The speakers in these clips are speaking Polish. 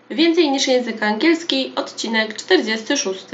Więcej niż język angielski, odcinek 46.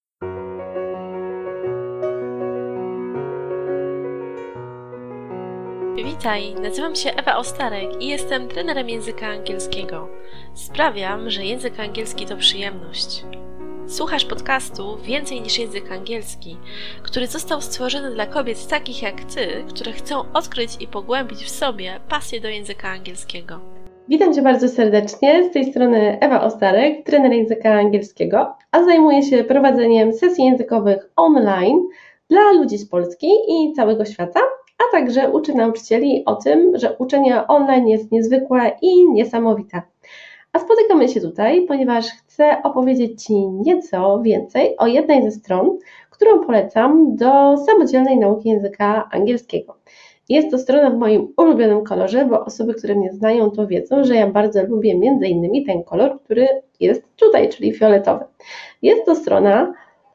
Witaj, nazywam się Ewa Ostarek i jestem trenerem języka angielskiego. Sprawiam, że język angielski to przyjemność. Słuchasz podcastu Więcej niż język angielski, który został stworzony dla kobiet takich jak Ty, które chcą odkryć i pogłębić w sobie pasję do języka angielskiego. Witam Cię bardzo serdecznie, z tej strony Ewa Ostarek, trener języka angielskiego, a zajmuję się prowadzeniem sesji językowych online dla ludzi z Polski i całego świata, a także uczę nauczycieli o tym, że uczenie online jest niezwykłe i niesamowite. A spotykamy się tutaj, ponieważ chcę opowiedzieć Ci nieco więcej o jednej ze stron, którą polecam do samodzielnej nauki języka angielskiego. Jest to strona w moim ulubionym kolorze, bo osoby, które mnie znają, to wiedzą, że ja bardzo lubię m.in. ten kolor, który jest tutaj, czyli fioletowy. Jest to strona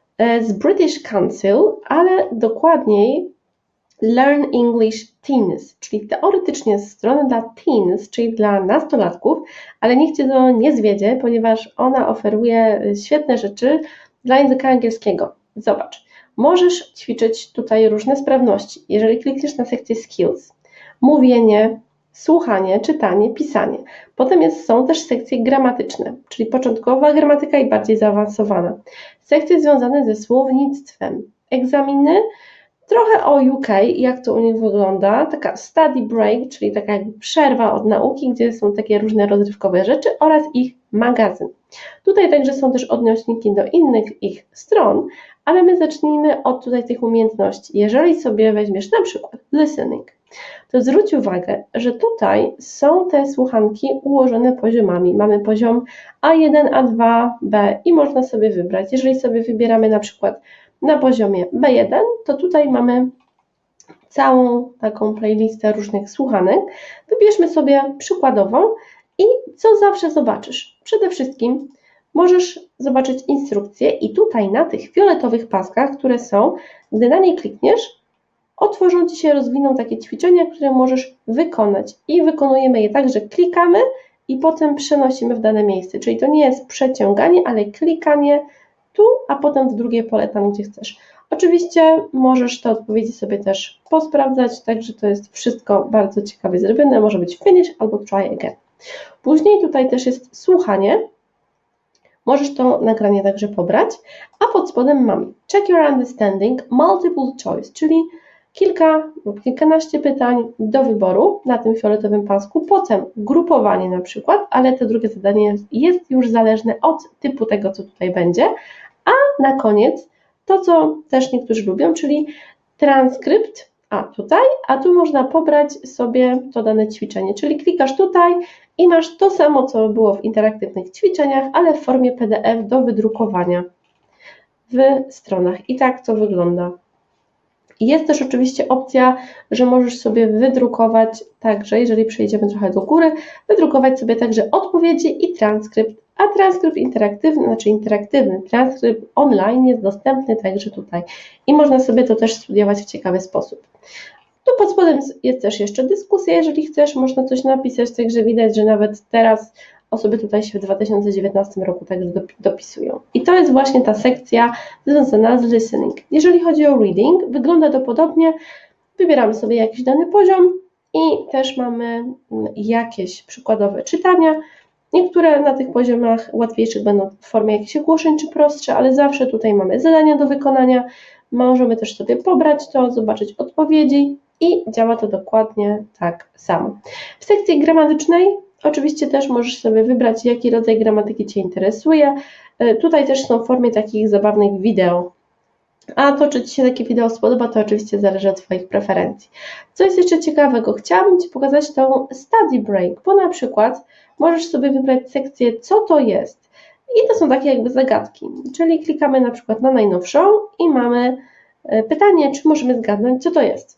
z British Council, ale dokładniej Learn English Teens, czyli teoretycznie strona dla teens, czyli dla nastolatków, ale niech Cię to nie zwiedzie, ponieważ ona oferuje świetne rzeczy dla języka angielskiego. Zobacz, możesz ćwiczyć tutaj różne sprawności. Jeżeli klikniesz na sekcję Skills, mówienie, słuchanie, czytanie, pisanie. Potem są też sekcje gramatyczne, czyli początkowa gramatyka i bardziej zaawansowana. Sekcje związane ze słownictwem, egzaminy, trochę o UK, jak to u nich wygląda, taka study break, czyli taka jakby przerwa od nauki, gdzie są takie różne rozrywkowe rzeczy oraz ich magazyn. Tutaj także są też odnośniki do innych ich stron, ale my zacznijmy od tutaj tych umiejętności. Jeżeli sobie weźmiesz na przykład listening, to zwróć uwagę, że tutaj są te słuchanki ułożone poziomami. Mamy poziom A1, A2, B i można sobie wybrać. Jeżeli sobie wybieramy na przykład na poziomie B1, to tutaj mamy całą taką playlistę różnych słuchanek. Wybierzmy sobie przykładową i co zawsze zobaczysz? Przede wszystkim możesz zobaczyć instrukcję i tutaj na tych fioletowych paskach, które są, gdy na nie klikniesz, otworzą Ci się, rozwiną takie ćwiczenia, które możesz wykonać i wykonujemy je tak, że klikamy i potem przenosimy w dane miejsce, czyli to nie jest przeciąganie, ale klikanie tu, a potem w drugie pole tam, gdzie chcesz. Oczywiście możesz te odpowiedzi sobie też posprawdzać, także to jest wszystko bardzo ciekawie zrobione, może być finish albo try again. Później tutaj też jest słuchanie, możesz to nagranie także pobrać, a pod spodem mamy check your understanding, multiple choice, czyli kilka lub kilkanaście pytań do wyboru na tym fioletowym pasku, potem grupowanie na przykład, ale to drugie zadanie jest już zależne od typu tego, co tutaj będzie, a na koniec to, co też niektórzy lubią, czyli transkrypt, a tu można pobrać sobie to dane ćwiczenie, czyli klikasz tutaj i masz to samo, co było w interaktywnych ćwiczeniach, ale w formie PDF do wydrukowania w stronach. I tak to wygląda. Jest też oczywiście opcja, że możesz sobie wydrukować także, jeżeli przejdziemy trochę do góry, wydrukować sobie także odpowiedzi i transkrypt, a transkrypt interaktywny transkrypt online jest dostępny także tutaj i można sobie to też studiować w ciekawy sposób. Tu pod spodem jest też jeszcze dyskusja, jeżeli chcesz, można coś napisać, także widać, że nawet teraz osoby tutaj się w 2019 roku także dopisują. I to jest właśnie ta sekcja związana z listening. Jeżeli chodzi o reading, wygląda to podobnie. Wybieramy sobie jakiś dany poziom i też mamy jakieś przykładowe czytania. Niektóre na tych poziomach łatwiejszych będą w formie jakichś ogłoszeń czy prostsze, ale zawsze tutaj mamy zadania do wykonania. Możemy też sobie pobrać to, zobaczyć odpowiedzi i działa to dokładnie tak samo. W sekcji gramatycznej oczywiście też możesz sobie wybrać, jaki rodzaj gramatyki Cię interesuje. Tutaj też są w formie takich zabawnych wideo. A to, czy Ci się takie wideo spodoba, to oczywiście zależy od Twoich preferencji. Co jest jeszcze ciekawego? Chciałabym Ci pokazać tą study break, bo na przykład możesz sobie wybrać sekcję, co to jest. I to są takie jakby zagadki, czyli klikamy na przykład na najnowszą i mamy pytanie, czy możemy zgadnąć, co to jest.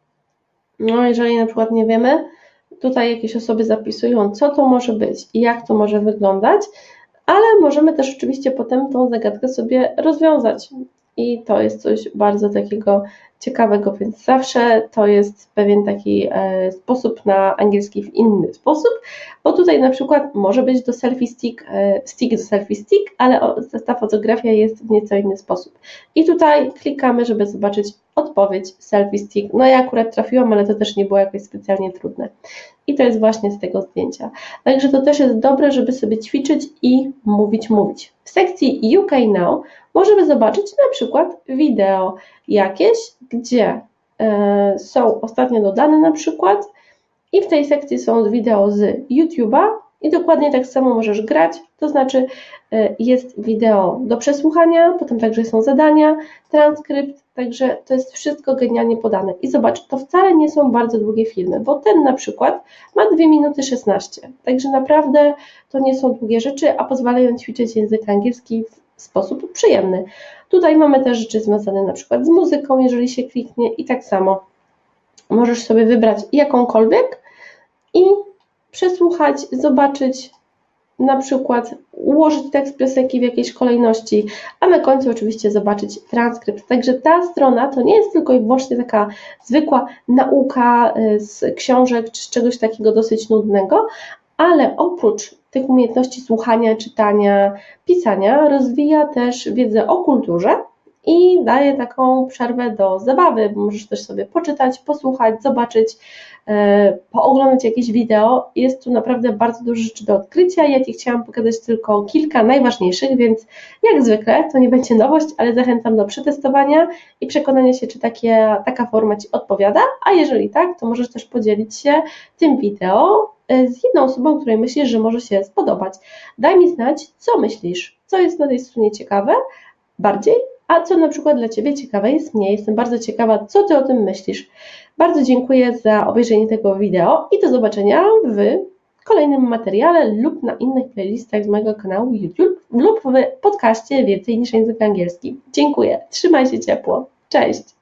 No, jeżeli na przykład nie wiemy, tutaj jakieś osoby zapisują, co to może być i jak to może wyglądać, ale możemy też oczywiście potem tą zagadkę sobie rozwiązać. i to jest coś bardzo takiego ciekawego, więc zawsze to jest pewien taki sposób na angielski w inny sposób, bo tutaj na przykład może być do selfie stick, stick do selfie stick, ale ta fotografia jest w nieco inny sposób. I tutaj klikamy, żeby zobaczyć odpowiedź selfie stick. No ja akurat trafiłam, ale to też nie było jakoś specjalnie trudne. I to jest właśnie z tego zdjęcia. Także to też jest dobre, żeby sobie ćwiczyć i mówić. W sekcji UK Now możemy zobaczyć na przykład wideo jakieś, gdzie są ostatnio dodane na przykład i w tej sekcji są wideo z YouTube'a i dokładnie tak samo możesz grać, to znaczy jest wideo do przesłuchania, potem także są zadania, transkrypt, także to jest wszystko genialnie podane. I zobacz, to wcale nie są bardzo długie filmy, bo ten na przykład ma 2 minuty 16, także naprawdę to nie są długie rzeczy, a pozwalają ćwiczyć język angielski w sposób przyjemny. Tutaj mamy też rzeczy związane na przykład z muzyką, jeżeli się kliknie i tak samo możesz sobie wybrać jakąkolwiek i przesłuchać, zobaczyć, na przykład ułożyć tekst piosenki w jakiejś kolejności, a na końcu oczywiście zobaczyć transkrypt. Także ta strona to nie jest tylko i wyłącznie taka zwykła nauka z książek czy z czegoś takiego dosyć nudnego, ale oprócz tych umiejętności słuchania, czytania, pisania rozwija też wiedzę o kulturze i daje taką przerwę do zabawy, bo możesz też sobie poczytać, posłuchać, zobaczyć, pooglądać jakieś wideo. Jest tu naprawdę bardzo dużo rzeczy do odkrycia. Ja Ci chciałam pokazać tylko kilka najważniejszych, więc jak zwykle to nie będzie nowość, ale zachęcam do przetestowania i przekonania się, czy taka forma Ci odpowiada, a jeżeli tak, to możesz też podzielić się tym wideo z jedną osobą, której myślisz, że może się spodobać. Daj mi znać, co myślisz, co jest na tej stronie ciekawe bardziej, a co na przykład dla Ciebie ciekawe jest mnie. Jestem bardzo ciekawa, co Ty o tym myślisz. Bardzo dziękuję za obejrzenie tego wideo i do zobaczenia w kolejnym materiale lub na innych playlistach z mojego kanału YouTube lub w podcaście Więcej niż język angielski. Dziękuję, trzymaj się ciepło, cześć!